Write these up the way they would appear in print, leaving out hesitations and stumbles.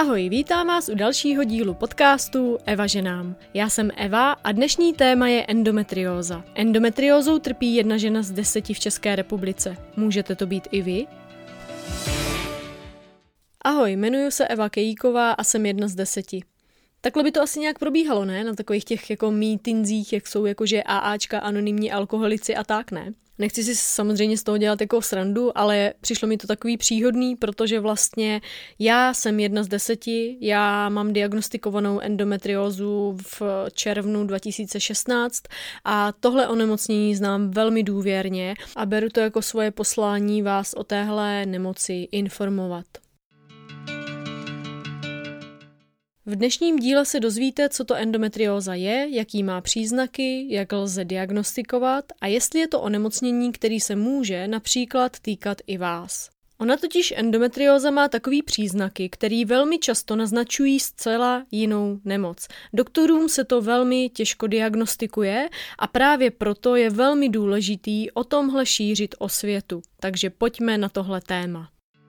Ahoj, vítám vás u dalšího dílu podcastu Eva ženám. Já jsem Eva a dnešní téma je endometrióza. Endometriózou trpí 1 žena z 10 v České republice. Můžete to být i vy? Ahoj, jmenuji se Eva Kejíková a jsem 1 z 10. Takhle by to asi nějak probíhalo, ne? Na takových těch jako mítinzích, jak jsou jakože AAčka, anonymní alkoholici a tak, ne? Nechci si samozřejmě z toho dělat jako srandu, ale přišlo mi to takový příhodný, protože vlastně já jsem 1 z 10, já mám diagnostikovanou endometriózu v červnu 2016 a tohle onemocnění znám velmi důvěrně a beru to jako svoje poslání vás o téhle nemoci informovat. V dnešním díle se dozvíte, co to endometrióza je, jaký má příznaky, jak lze diagnostikovat a jestli je to onemocnění, který se může například týkat i vás. Ona totiž endometrióza má takový příznaky, který velmi často naznačují zcela jinou nemoc. Doktorům se to velmi těžko diagnostikuje a právě proto je velmi důležitý o tomhle šířit osvětu. Takže pojďme na tohle téma.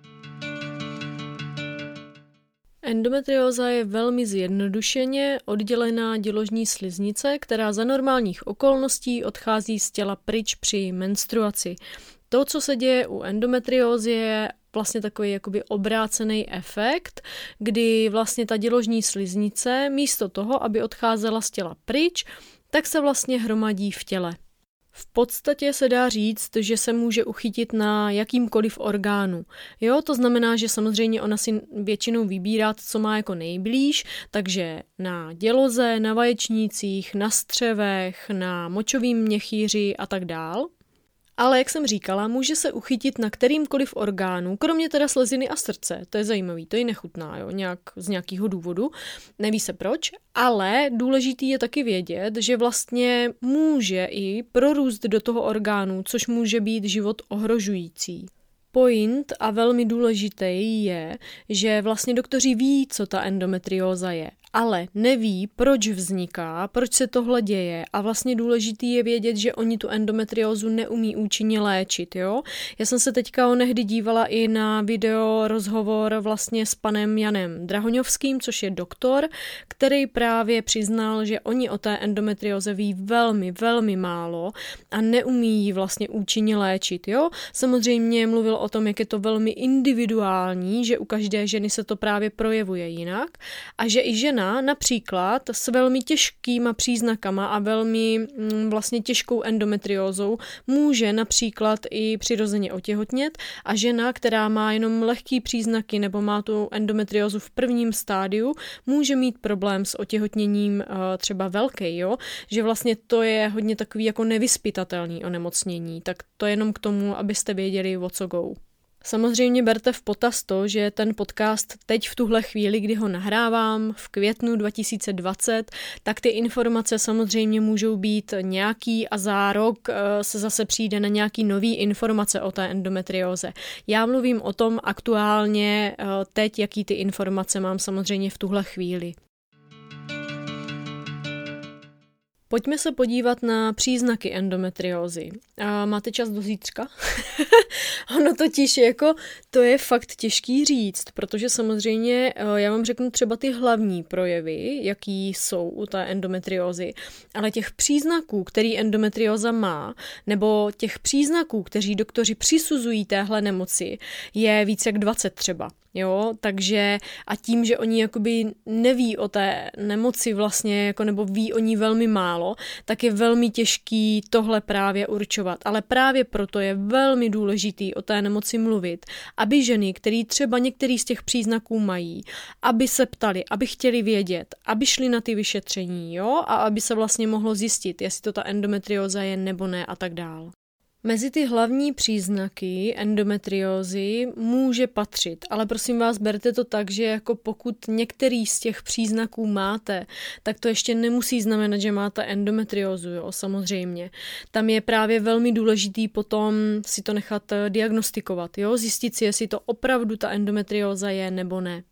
Endometrióza je velmi zjednodušeně oddělená děložní sliznice, která za normálních okolností odchází z těla pryč při menstruaci. To, co se děje u endometriózy, je vlastně takový jakoby obrácený efekt, kdy vlastně ta děložní sliznice místo toho, aby odcházela z těla pryč, tak se vlastně hromadí v těle. V podstatě se dá říct, že se může uchytit na jakýmkoliv orgánu. Jo, to znamená, že samozřejmě ona si většinou vybírá, co má jako nejblíž, takže na děloze, na vaječnících, na střevech, na močovém měchýři a tak dál. Ale jak jsem říkala, může se uchytit na kterýmkoliv orgánu, kromě teda sleziny a srdce. To je zajímavý, to ji nechutná, jo, z nějakého důvodu. Neví se proč, ale důležitý je taky vědět, že vlastně může i prorůst do toho orgánu, což může být život ohrožující. Point a velmi důležitý je, že vlastně doktoři ví, co ta endometrióza je, ale neví, proč vzniká, proč se tohle děje a vlastně důležitý je vědět, že oni tu endometriózu neumí účinně léčit, jo. Já jsem se teďka onehdy dívala i na video rozhovor vlastně s panem Janem Drahoňovským, což je doktor, který právě přiznal, že oni o té endometrióze ví velmi, velmi málo a neumí ji vlastně účinně léčit, jo. Samozřejmě mluvil o tom, jak je to velmi individuální, že u každé ženy se to právě projevuje jinak a že i žena například s velmi těžkýma příznakama a velmi vlastně těžkou endometriózou může například i přirozeně otěhotnět a žena, která má jenom lehký příznaky nebo má tu endometriózu v prvním stádiu, může mít problém s otěhotněním třeba velký, jo? Že vlastně to je hodně takový jako nevyzpytatelný onemocnění, tak to jenom k tomu, abyste věděli, o co go. Samozřejmě berte v potaz to, že ten podcast teď v tuhle chvíli, kdy ho nahrávám v květnu 2020, tak ty informace samozřejmě můžou být nějaký a za rok se zase přijde na nějaký nový informace o té endometrióze. Já mluvím o tom aktuálně teď, jaký ty informace mám samozřejmě v tuhle chvíli. Pojďme se podívat na příznaky endometriózy. Máte čas do zítřka? Ono totiž jako, to je fakt těžký říct, protože samozřejmě já vám řeknu třeba ty hlavní projevy, jaký jsou u té endometriózy, ale těch příznaků, který endometrióza má, nebo těch příznaků, kteří doktoři přisuzují téhle nemoci, je víc jak 20 třeba. Jo, takže a tím, že oni jakoby neví o té nemoci vlastně, jako nebo ví o ní velmi málo, tak je velmi těžký tohle právě určovat. Ale právě proto je velmi důležitý o té nemoci mluvit, aby ženy, které třeba některý z těch příznaků mají, aby se ptali, aby chtěli vědět, aby šli na ty vyšetření, jo, a aby se vlastně mohlo zjistit, jestli to ta endometrióza je nebo ne a tak dál. Mezi ty hlavní příznaky endometriózy může patřit, ale prosím vás, berte to tak, že jako pokud některý z těch příznaků máte, tak to ještě nemusí znamenat, že máte endometriózu, jo, samozřejmě. Tam je právě velmi důležitý potom si to nechat diagnostikovat, jo, zjistit si, jestli to opravdu ta endometrióza je nebo ne.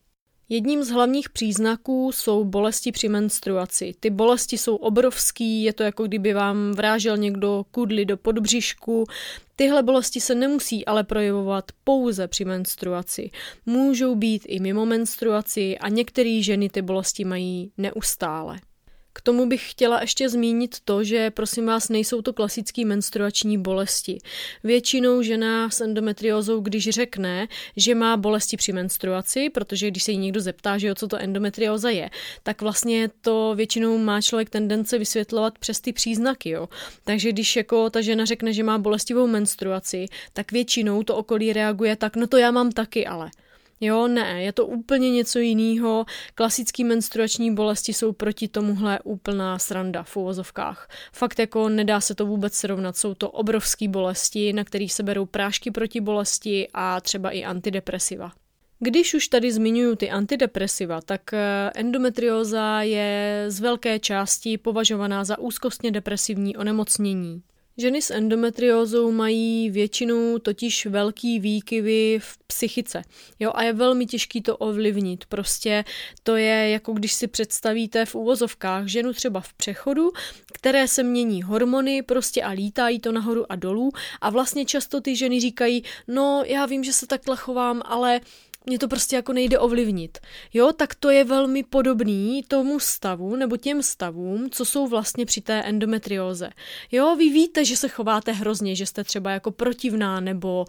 Jedním z hlavních příznaků jsou bolesti při menstruaci. Ty bolesti jsou obrovský, je to jako kdyby vám vrážel někdo kudli do podbřišku. Tyhle bolesti se nemusí ale projevovat pouze při menstruaci. Můžou být i mimo menstruaci a některé ženy ty bolesti mají neustále. K tomu bych chtěla ještě zmínit to, že prosím vás, nejsou to klasické menstruační bolesti. Většinou žena s endometriózou, když řekne, že má bolesti při menstruaci, protože když se jí někdo zeptá, že co to endometrióza je, tak vlastně to většinou má člověk tendence vysvětlovat přes ty příznaky. Jo. Takže když jako ta žena řekne, že má bolestivou menstruaci, tak většinou to okolí reaguje tak, no to já mám taky ale. Jo, ne, je to úplně něco jiného. Klasické menstruační bolesti jsou proti tomuhle úplná sranda v uvozovkách. Fakt jako nedá se to vůbec srovnat. Jsou to obrovské bolesti, na kterých se berou prášky proti bolesti a třeba i antidepresiva. Když už tady zmiňuji ty antidepresiva, tak endometrióza je z velké části považovaná za úzkostně depresivní onemocnění. Ženy s endometriózou mají většinou totiž velký výkyvy v psychice. Jo, a je velmi těžký to ovlivnit. Prostě to je jako když si představíte v uvozovkách ženu třeba v přechodu, které se mění hormony prostě a lítají to nahoru a dolů a vlastně často ty ženy říkají, no já vím, že se takhle chovám, ale mě to prostě jako nejde ovlivnit. Jo, tak to je velmi podobný tomu stavu nebo těm stavům, co jsou vlastně při té endometrióze. Jo, vy víte, že se chováte hrozně, že jste třeba jako protivná nebo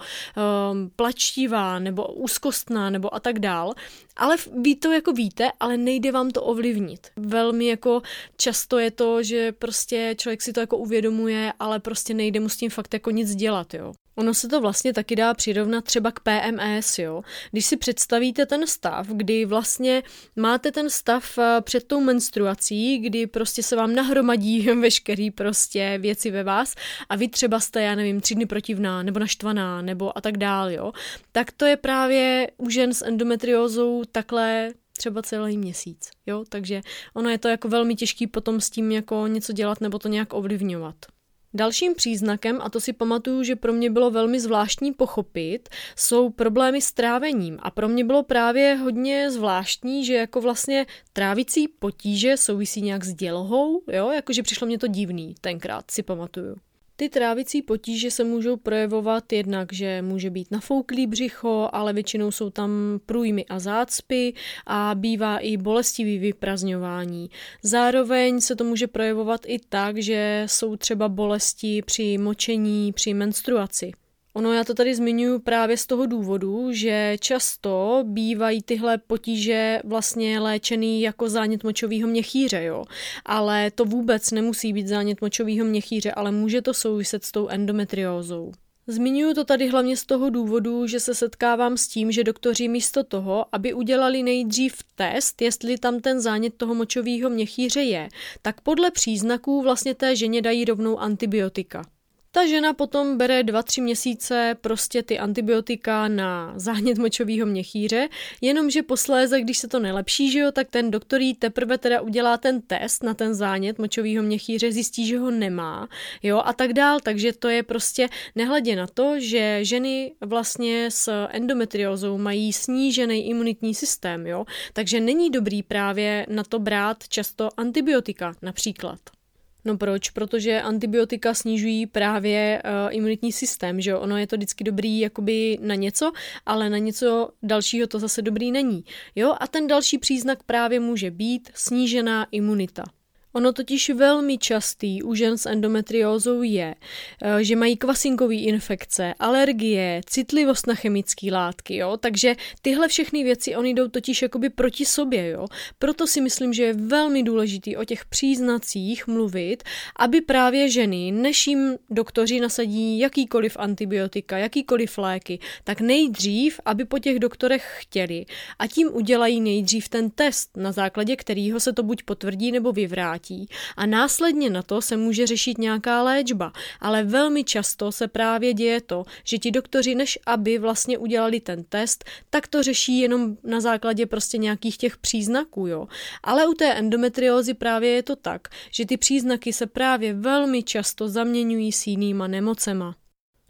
plačtivá nebo úzkostná nebo a tak dál, ale vy to jako víte, ale nejde vám to ovlivnit. Velmi jako často je to, že prostě člověk si to jako uvědomuje, ale prostě nejde mu s tím fakt jako nic dělat, jo. Ono se to vlastně taky dá přirovnat třeba k PMS, jo. Když si představíte ten stav, kdy vlastně máte ten stav před tou menstruací, kdy prostě se vám nahromadí veškerý prostě věci ve vás a vy třeba jste, já nevím, 3 dny protivná nebo naštvaná nebo a tak dál, jo. Tak to je právě u žen s endometriózou takhle třeba celý měsíc, jo. Takže ono je to jako velmi těžký potom s tím jako něco dělat nebo to nějak ovlivňovat. Dalším příznakem, a to si pamatuju, že pro mě bylo velmi zvláštní pochopit, jsou problémy s trávením. A pro mě bylo právě hodně zvláštní, že jako vlastně trávicí potíže souvisí nějak s dělohou, jo, jakože přišlo mě to divný, tenkrát si pamatuju. Ty trávicí potíže se můžou projevovat jednak, že může být nafouklý břicho, ale většinou jsou tam průjmy a zácpy a bývá i bolestivý vyprazňování. Zároveň se to může projevovat i tak, že jsou třeba bolesti při močení, při menstruaci. Ono, já to tady zmiňuji právě z toho důvodu, že často bývají tyhle potíže vlastně léčený jako zánět močového měchýře, jo. Ale to vůbec nemusí být zánět močového měchýře, ale může to souviset s tou endometriózou. Zmiňuji to tady hlavně z toho důvodu, že se setkávám s tím, že doktoři místo toho, aby udělali nejdřív test, jestli tam ten zánět toho močového měchýře je, tak podle příznaků vlastně té ženě dají rovnou antibiotika. Ta žena potom bere 2-3 měsíce prostě ty antibiotika na zánět močového měchýře, jenomže posléze, když se to nelepší, že jo, tak ten doktor jí teprve teda udělá ten test na ten zánět močového měchýře, zjistí, že ho nemá, jo, a tak dál, takže to je prostě nehledě na to, že ženy vlastně s endometriózou mají snížený imunitní systém, jo, takže není dobrý právě na to brát často antibiotika například. No proč? Protože antibiotika snižují právě imunitní systém, že jo? Ono je to vždycky dobrý jakoby na něco, ale na něco dalšího to zase dobrý není. Jo? A ten další příznak právě může být snížená imunita. Ono totiž velmi častý u žen s endometriózou je, že mají kvasinkové infekce, alergie, citlivost na chemické látky, jo? Takže tyhle všechny věci, oni jdou totiž jakoby proti sobě, jo? Proto si myslím, že je velmi důležitý o těch příznacích mluvit, aby právě ženy, než jim doktoři nasadí jakýkoliv antibiotika, jakýkoliv léky, tak nejdřív, aby po těch doktorech chtěli a tím udělají nejdřív ten test, na základě kterého se to buď potvrdí nebo vyvrátí. A následně na to se může řešit nějaká léčba, ale velmi často se právě děje to, že ti doktoři, než aby vlastně udělali ten test, tak to řeší jenom na základě prostě nějakých těch příznaků, jo. Ale u té endometriózy právě je to tak, že ty příznaky se právě velmi často zaměňují s jinýma nemocema.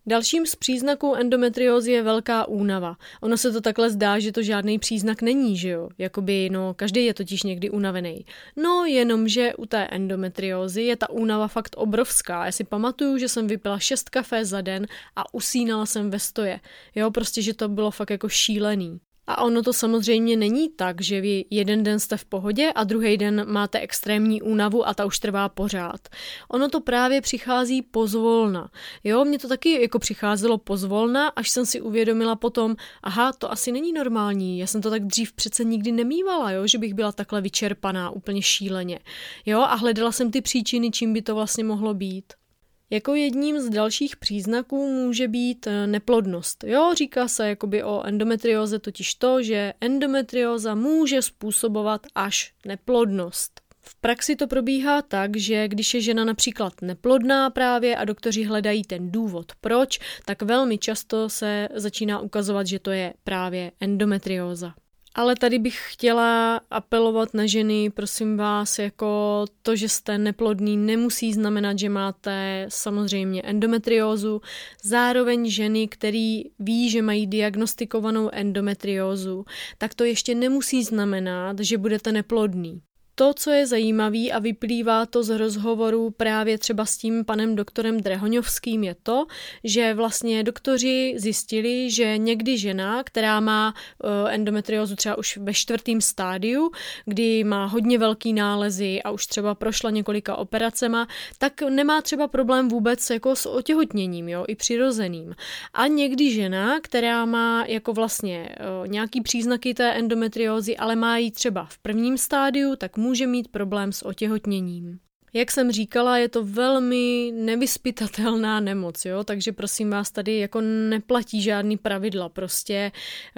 Dalším z příznaků endometriózy je velká únava. Ono se to takhle zdá, že to žádný příznak není, že jo? Každý je totiž někdy unavený. No, jenomže u té endometriózy je ta únava fakt obrovská. Já si pamatuju, že jsem vypila 6 kafe za den a usínala jsem ve stoje. Jo, prostě, že to bylo fakt jako šílený. A ono to samozřejmě není tak, že vy jeden den jste v pohodě a druhý den máte extrémní únavu a ta už trvá pořád. Ono to právě přichází pozvolna. Jo, mně to taky jako přicházelo pozvolna, až jsem si uvědomila potom, aha, to asi není normální, já jsem to tak dřív přece nikdy nemývala, jo, že bych byla takhle vyčerpaná úplně šíleně. Jo, a hledala jsem ty příčiny, čím by to vlastně mohlo být. Jako jedním z dalších příznaků může být neplodnost. Jo, říká se jakoby o endometrióze totiž to, že endometrióza může způsobovat až neplodnost. V praxi to probíhá tak, že když je žena například neplodná právě a doktoři hledají ten důvod proč, tak velmi často se začíná ukazovat, že to je právě endometrióza. Ale tady bych chtěla apelovat na ženy, prosím vás, jako to, že jste neplodný, nemusí znamenat, že máte samozřejmě endometriózu. Zároveň ženy, který ví, že mají diagnostikovanou endometriózu, tak to ještě nemusí znamenat, že budete neplodný. To, co je zajímavé a vyplývá to z rozhovoru právě třeba s tím panem doktorem Drehoňovským, je to, že vlastně doktoři zjistili, že někdy žena, která má endometriózu třeba už ve 4. stádiu, kdy má hodně velký nálezy a už třeba prošla několika operacema, tak nemá třeba problém vůbec jako s otěhotněním, jo, i přirozeným. A někdy žena, která má jako vlastně nějaký příznaky té endometriózy, ale má ji třeba v 1. stádiu, tak může mít problém s otěhotněním. Jak jsem říkala, je to velmi nevyzpytatelná nemoc, jo? Takže prosím vás, tady jako neplatí žádný pravidla, prostě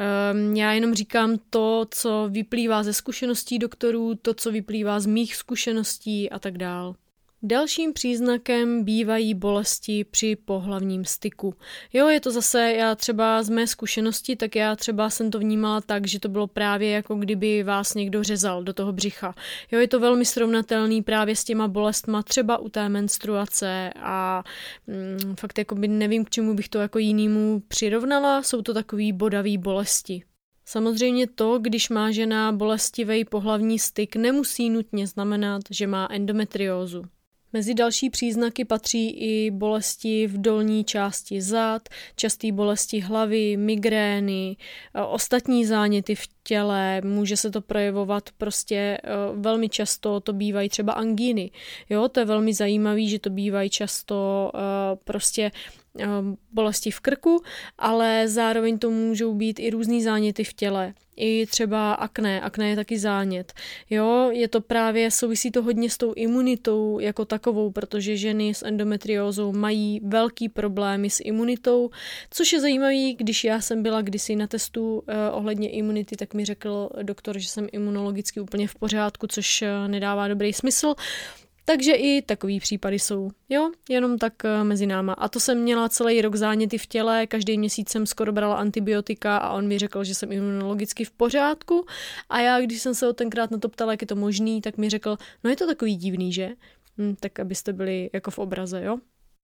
já jenom říkám to, co vyplývá ze zkušeností doktorů, to, co vyplývá z mých zkušeností a tak dál. Dalším příznakem bývají bolesti při pohlavním styku. Jo, je to zase, já třeba z mé zkušenosti, tak já třeba jsem to vnímala tak, že to bylo právě jako kdyby vás někdo řezal do toho břicha. Jo, je to velmi srovnatelný právě s těma bolestma třeba u té menstruace a fakt jakoby nevím, k čemu bych to jako jinému přirovnala, jsou to takový bodavý bolesti. Samozřejmě to, když má žena bolestivý pohlavní styk, nemusí nutně znamenat, že má endometriózu. Mezi další příznaky patří i bolesti v dolní části zad, časté bolesti hlavy, migrény, ostatní záněty v těle, může se to projevovat prostě velmi často, to bývají třeba angíny. Jo, to je velmi zajímavé, že to bývají často prostě bolesti v krku, ale zároveň to můžou být i různý záněty v těle. I třeba akné je taky zánět. Jo, je to právě, souvisí to hodně s tou imunitou jako takovou, protože ženy s endometriózou mají velký problémy s imunitou, což je zajímavý, když já jsem byla kdysi na testu ohledně imunity, tak mi řekl doktor, že jsem imunologicky úplně v pořádku, což nedává dobrý smysl. Takže i takový případy jsou, jo, jenom tak mezi náma. A to jsem měla celý rok záněty v těle, každý měsíc jsem skoro brala antibiotika a on mi řekl, že jsem imunologicky v pořádku. A já, když jsem se ho tenkrát na to ptala, jak je to možný, tak mi řekl, no je to takový divný, že? Tak abyste byli jako v obraze, jo.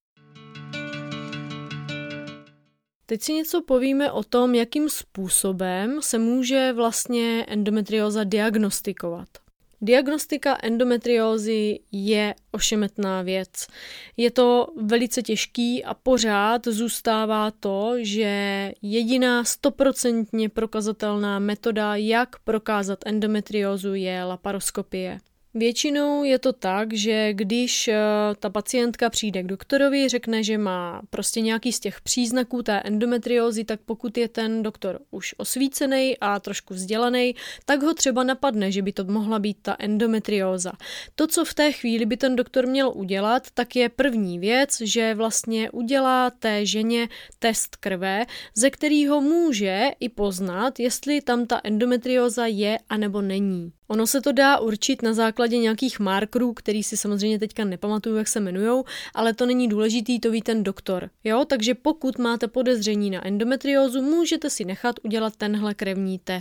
Teď si něco povíme o tom, jakým způsobem se může vlastně endometrióza diagnostikovat. Diagnostika endometriózy je ošemetná věc. Je to velice těžký a pořád zůstává to, že jediná 100% prokazatelná metoda, jak prokázat endometriózu, je laparoskopie. Většinou je to tak, že když ta pacientka přijde k doktorovi, řekne, že má prostě nějaký z těch příznaků té endometriózy, tak pokud je ten doktor už osvícený a trošku vzdělaný, tak ho třeba napadne, že by to mohla být ta endometrióza. To, co v té chvíli by ten doktor měl udělat, tak je první věc, že vlastně udělá té ženě test krve, ze kterého může i poznat, jestli tam ta endometrióza je anebo není. Ono se to dá určit na základě nějakých markerů, který si samozřejmě teďka nepamatuju, jak se jmenujou, ale to není důležitý, to ví ten doktor. Jo, takže pokud máte podezření na endometriózu, můžete si nechat udělat tenhle krevní test.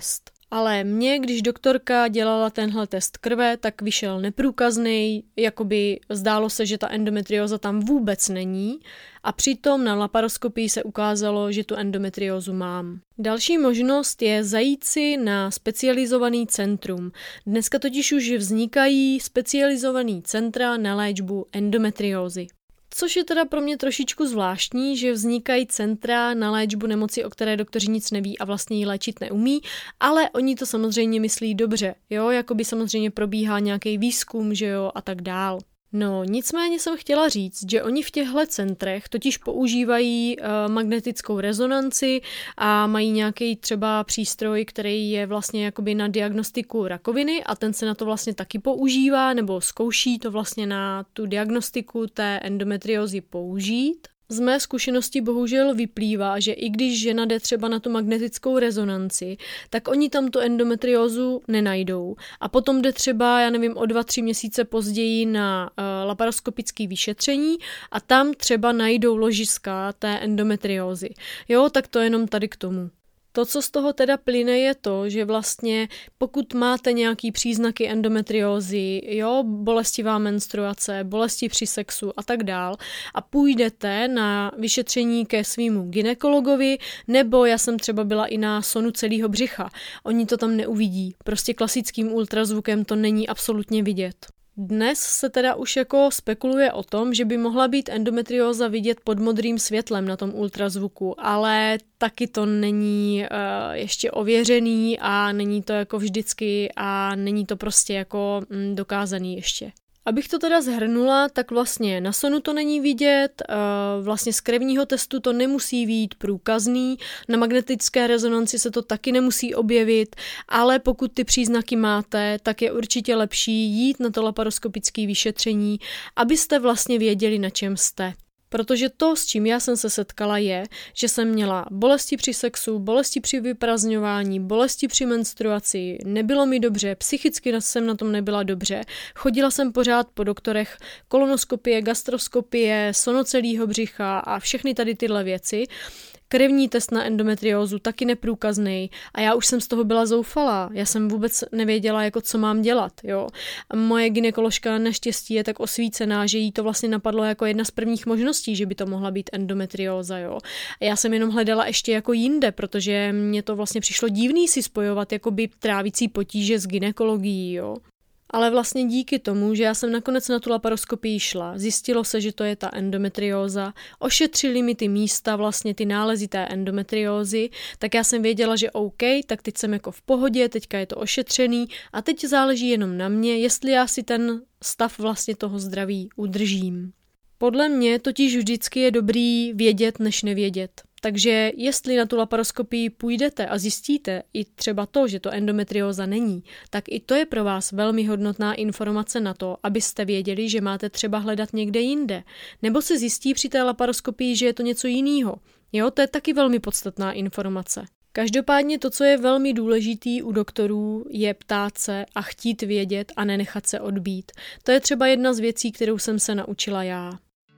Ale mně, když doktorka dělala tenhle test krve, tak vyšel neprůkazný, jakoby zdálo se, že ta endometrióza tam vůbec není a přitom na laparoskopii se ukázalo, že tu endometriózu mám. Další možnost je zajít si na specializovaný centrum. Dneska totiž už vznikají specializovaný centra na léčbu endometriózy. Což je teda pro mě trošičku zvláštní, že vznikají centra na léčbu nemoci, o které doktoři nic neví a vlastně ji léčit neumí, ale oni to samozřejmě myslí dobře, jo, jakoby samozřejmě probíhá nějaký výzkum, že jo, a tak dál. No, nicméně jsem chtěla říct, že oni v těchto centrech totiž používají magnetickou rezonanci a mají nějaký třeba přístroj, který je vlastně jakoby na diagnostiku rakoviny a ten se na to vlastně taky používá nebo zkouší to vlastně na tu diagnostiku té endometriózy použít. Z mé zkušenosti bohužel vyplývá, že i když žena jde třeba na tu magnetickou rezonanci, tak oni tam tu endometriózu nenajdou. A potom jde třeba, já nevím, o 2-3 měsíce později na laparoskopické vyšetření a tam třeba najdou ložiska té endometriózy. Jo, tak to jenom tady k tomu. To, co z toho teda plyne, je to, že vlastně pokud máte nějaký příznaky endometriózy, jo, bolestivá menstruace, bolesti při sexu a tak dál a půjdete na vyšetření ke svýmu gynekologovi, nebo já jsem třeba byla i na sonu celého břicha, oni to tam neuvidí, prostě klasickým ultrazvukem to není absolutně vidět. Dnes se teda už jako spekuluje o tom, že by mohla být endometrióza vidět pod modrým světlem na tom ultrazvuku, ale taky to není ještě ověřený a není to jako vždycky a není to prostě jako dokázaný ještě. Abych to teda shrnula, tak vlastně na sonu to není vidět, vlastně z krevního testu to nemusí být průkazný, na magnetické rezonanci se to taky nemusí objevit, ale pokud ty příznaky máte, tak je určitě lepší jít na to laparoskopické vyšetření, abyste vlastně věděli, na čem jste. Protože to, s čím já jsem se setkala, je, že jsem měla bolesti při sexu, bolesti při vyprazňování, bolesti při menstruaci, nebylo mi dobře, psychicky jsem na tom nebyla dobře, chodila jsem pořád po doktorech, kolonoskopie, gastroskopie, sono celého břicha a všechny tady tyhle věci. Krevní test na endometriózu taky neprůkazný a já už jsem z toho byla zoufalá. Já jsem vůbec nevěděla, jako co mám dělat, jo. A moje gynekoložka naštěstí je tak osvícená, že jí to vlastně napadlo jako jedna z prvních možností, že by to mohla být endometrióza, jo. A já jsem jenom hledala ještě jako jinde, protože mně to vlastně přišlo divný si spojovat jakoby trávicí potíže s gynekologií, jo. Ale vlastně díky tomu, že já jsem nakonec na tu laparoskopii šla, zjistilo se, že to je ta endometrióza, ošetřili mi ty místa, vlastně ty nálezy té endometriózy, tak já jsem věděla, že OK, tak teď jsem jako v pohodě, teďka je to ošetřený a teď záleží jenom na mě, jestli já si ten stav vlastně toho zdraví udržím. Podle mě totiž vždycky je dobrý vědět, než nevědět. Takže jestli na tu laparoskopii půjdete a zjistíte i třeba to, že to endometrióza není, tak i to je pro vás velmi hodnotná informace na to, abyste věděli, že máte třeba hledat někde jinde. Nebo se zjistí při té laparoskopii, že je to něco jiného. Jo, to je taky velmi podstatná informace. Každopádně to, co je velmi důležitý u doktorů, je ptát se a chtít vědět a nenechat se odbít. To je třeba jedna z věcí, kterou jsem se naučila já.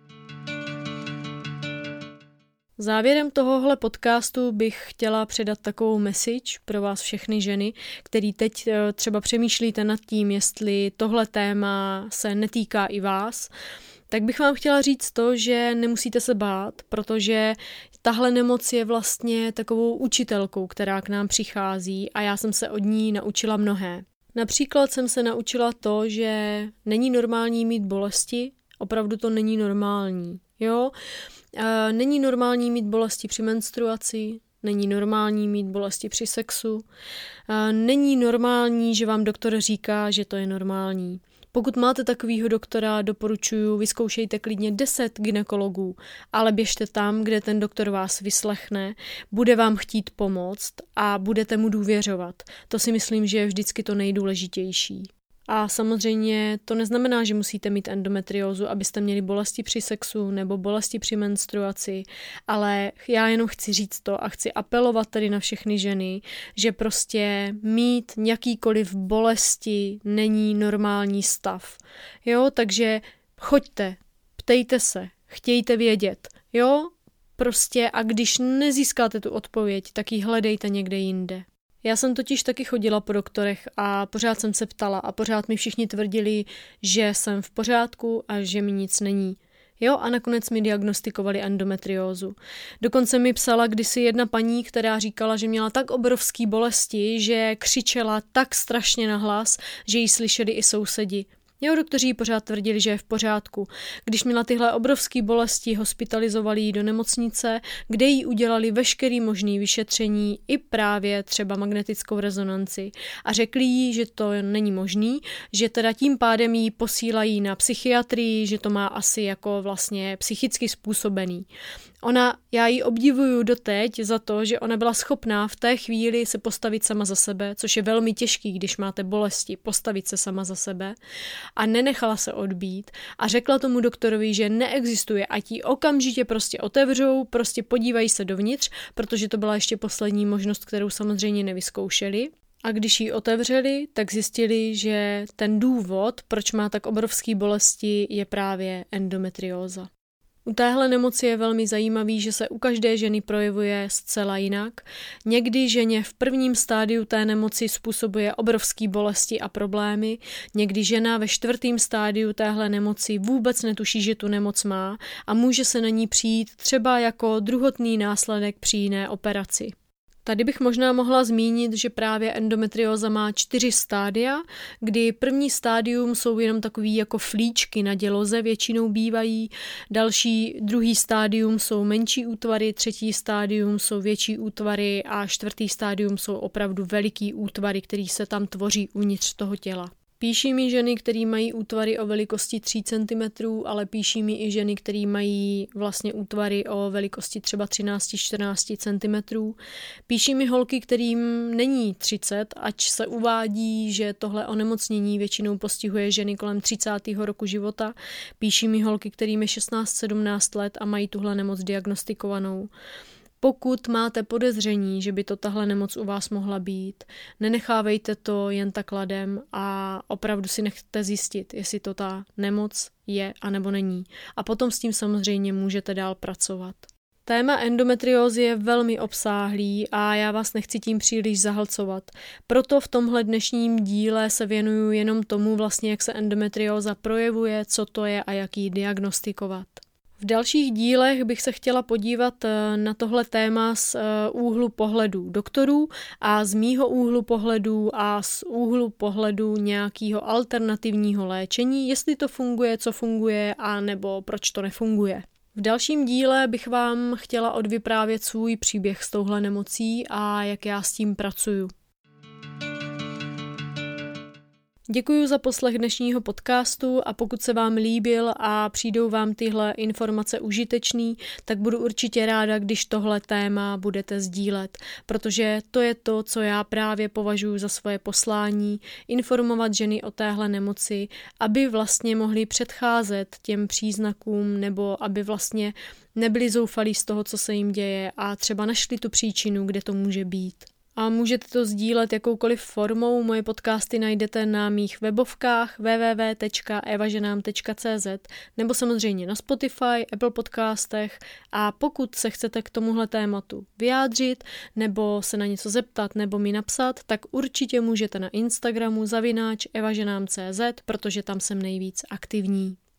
Závěrem tohohle podcastu bych chtěla předat takovou message pro vás všechny ženy, který teď třeba přemýšlíte nad tím, jestli tohle téma se netýká i vás, tak bych vám chtěla říct to, že nemusíte se bát, protože tahle nemoc je vlastně takovou učitelkou, která k nám přichází a já jsem se od ní naučila mnohé. Například jsem se naučila to, že není normální mít bolesti, opravdu to není normální, jo? Není normální mít bolesti při menstruaci, není normální mít bolesti při sexu, není normální, že vám doktor říká, že to je normální. Pokud máte takovýho doktora, doporučuji, vyzkoušejte klidně 10 gynekologů, ale běžte tam, kde ten doktor vás vyslechne, bude vám chtít pomoct a budete mu důvěřovat. To si myslím, že je vždycky to nejdůležitější. A samozřejmě to neznamená, že musíte mít endometriózu, abyste měli bolesti při sexu nebo bolesti při menstruaci, ale já jenom chci říct to a chci apelovat tady na všechny ženy, že prostě mít jakýkoliv bolesti není normální stav. Jo, takže choďte, ptejte se, chtějte vědět, jo, prostě a když nezískáte tu odpověď, tak ji hledejte někde jinde. Já jsem totiž taky chodila po doktorech a pořád jsem se ptala a pořád mi všichni tvrdili, že jsem v pořádku a že mi nic není. Jo, a nakonec mi diagnostikovali endometriózu. Dokonce mi psala kdysi jedna paní, která říkala, že měla tak obrovský bolesti, že křičela tak strašně nahlas, že ji slyšeli i sousedi. Jo, doktoři pořád tvrdili, že je v pořádku. Když měla tyhle obrovské bolesti, hospitalizovali ji do nemocnice, kde jí udělali veškerý možný vyšetření, i právě třeba magnetickou rezonanci. A řekli jí, že to není možný, že teda tím pádem jí posílají na psychiatrii, že to má asi jako vlastně psychicky způsobený. Já ji obdivuju doteď za to, že ona byla schopná v té chvíli se postavit sama za sebe, což je velmi těžký, když máte bolesti, postavit se sama za sebe a nenechala se odbít a řekla tomu doktorovi, že neexistuje, ať ji okamžitě prostě otevřou, prostě podívají se dovnitř, protože to byla ještě poslední možnost, kterou samozřejmě nevyzkoušeli. A když ji otevřeli, tak zjistili, že ten důvod, proč má tak obrovský bolesti, je právě endometrióza. U téhle nemoci je velmi zajímavý, že se u každé ženy projevuje zcela jinak. Někdy ženě v prvním stádiu té nemoci způsobuje obrovský bolesti a problémy, někdy žena ve 4. stádiu téhle nemoci vůbec netuší, že tu nemoc má a může se na ní přijít třeba jako druhotný následek při jiné operaci. Tady bych možná mohla zmínit, že právě endometrióza má 4 stádia, kdy první stádium jsou jenom takový jako flíčky na děloze, většinou bývají, druhý stádium jsou menší útvary, 3. stádium jsou větší útvary a 4. stádium jsou opravdu veliký útvary, který se tam tvoří uvnitř toho těla. Píší mi ženy, které mají útvary o velikosti 3 cm, ale píší mi i ženy, které mají vlastně útvary o velikosti třeba 13-14 cm. Píší mi holky, kterým není 30, ač se uvádí, že tohle onemocnění většinou postihuje ženy kolem 30. roku života. Píší mi holky, kterým je 16-17 let a mají tuhle nemoc diagnostikovanou. Pokud máte podezření, že by to tahle nemoc u vás mohla být, nenechávejte to jen tak ladem a opravdu si nechte zjistit, jestli to ta nemoc je anebo není. A potom s tím samozřejmě můžete dál pracovat. Téma endometriózy je velmi obsáhlý a já vás nechci tím příliš zahlcovat. Proto v tomhle dnešním díle se věnuju jenom tomu vlastně, jak se endometrióza projevuje, co to je a jak ji diagnostikovat. V dalších dílech bych se chtěla podívat na tohle téma z úhlu pohledu doktorů a z mýho úhlu pohledu a z úhlu pohledu nějakého alternativního léčení, jestli to funguje, co funguje a nebo proč to nefunguje. V dalším díle bych vám chtěla odvyprávět svůj příběh s touhle nemocí a jak já s tím pracuju. Děkuji za poslech dnešního podcastu a pokud se vám líbil a přijdou vám tyhle informace užitečný, tak budu určitě ráda, když tohle téma budete sdílet, protože to je to, co já právě považuji za svoje poslání, informovat ženy o téhle nemoci, aby vlastně mohly předcházet těm příznakům nebo aby vlastně nebyli zoufalí z toho, co se jim děje a třeba našli tu příčinu, kde to může být. A můžete to sdílet jakoukoliv formou, moje podcasty najdete na mých webovkách www.evaženám.cz nebo samozřejmě na Spotify, Apple podcastech a pokud se chcete k tomuhle tématu vyjádřit nebo se na něco zeptat nebo mi napsat, tak určitě můžete na Instagramu @evaženám.cz, protože tam jsem nejvíc aktivní.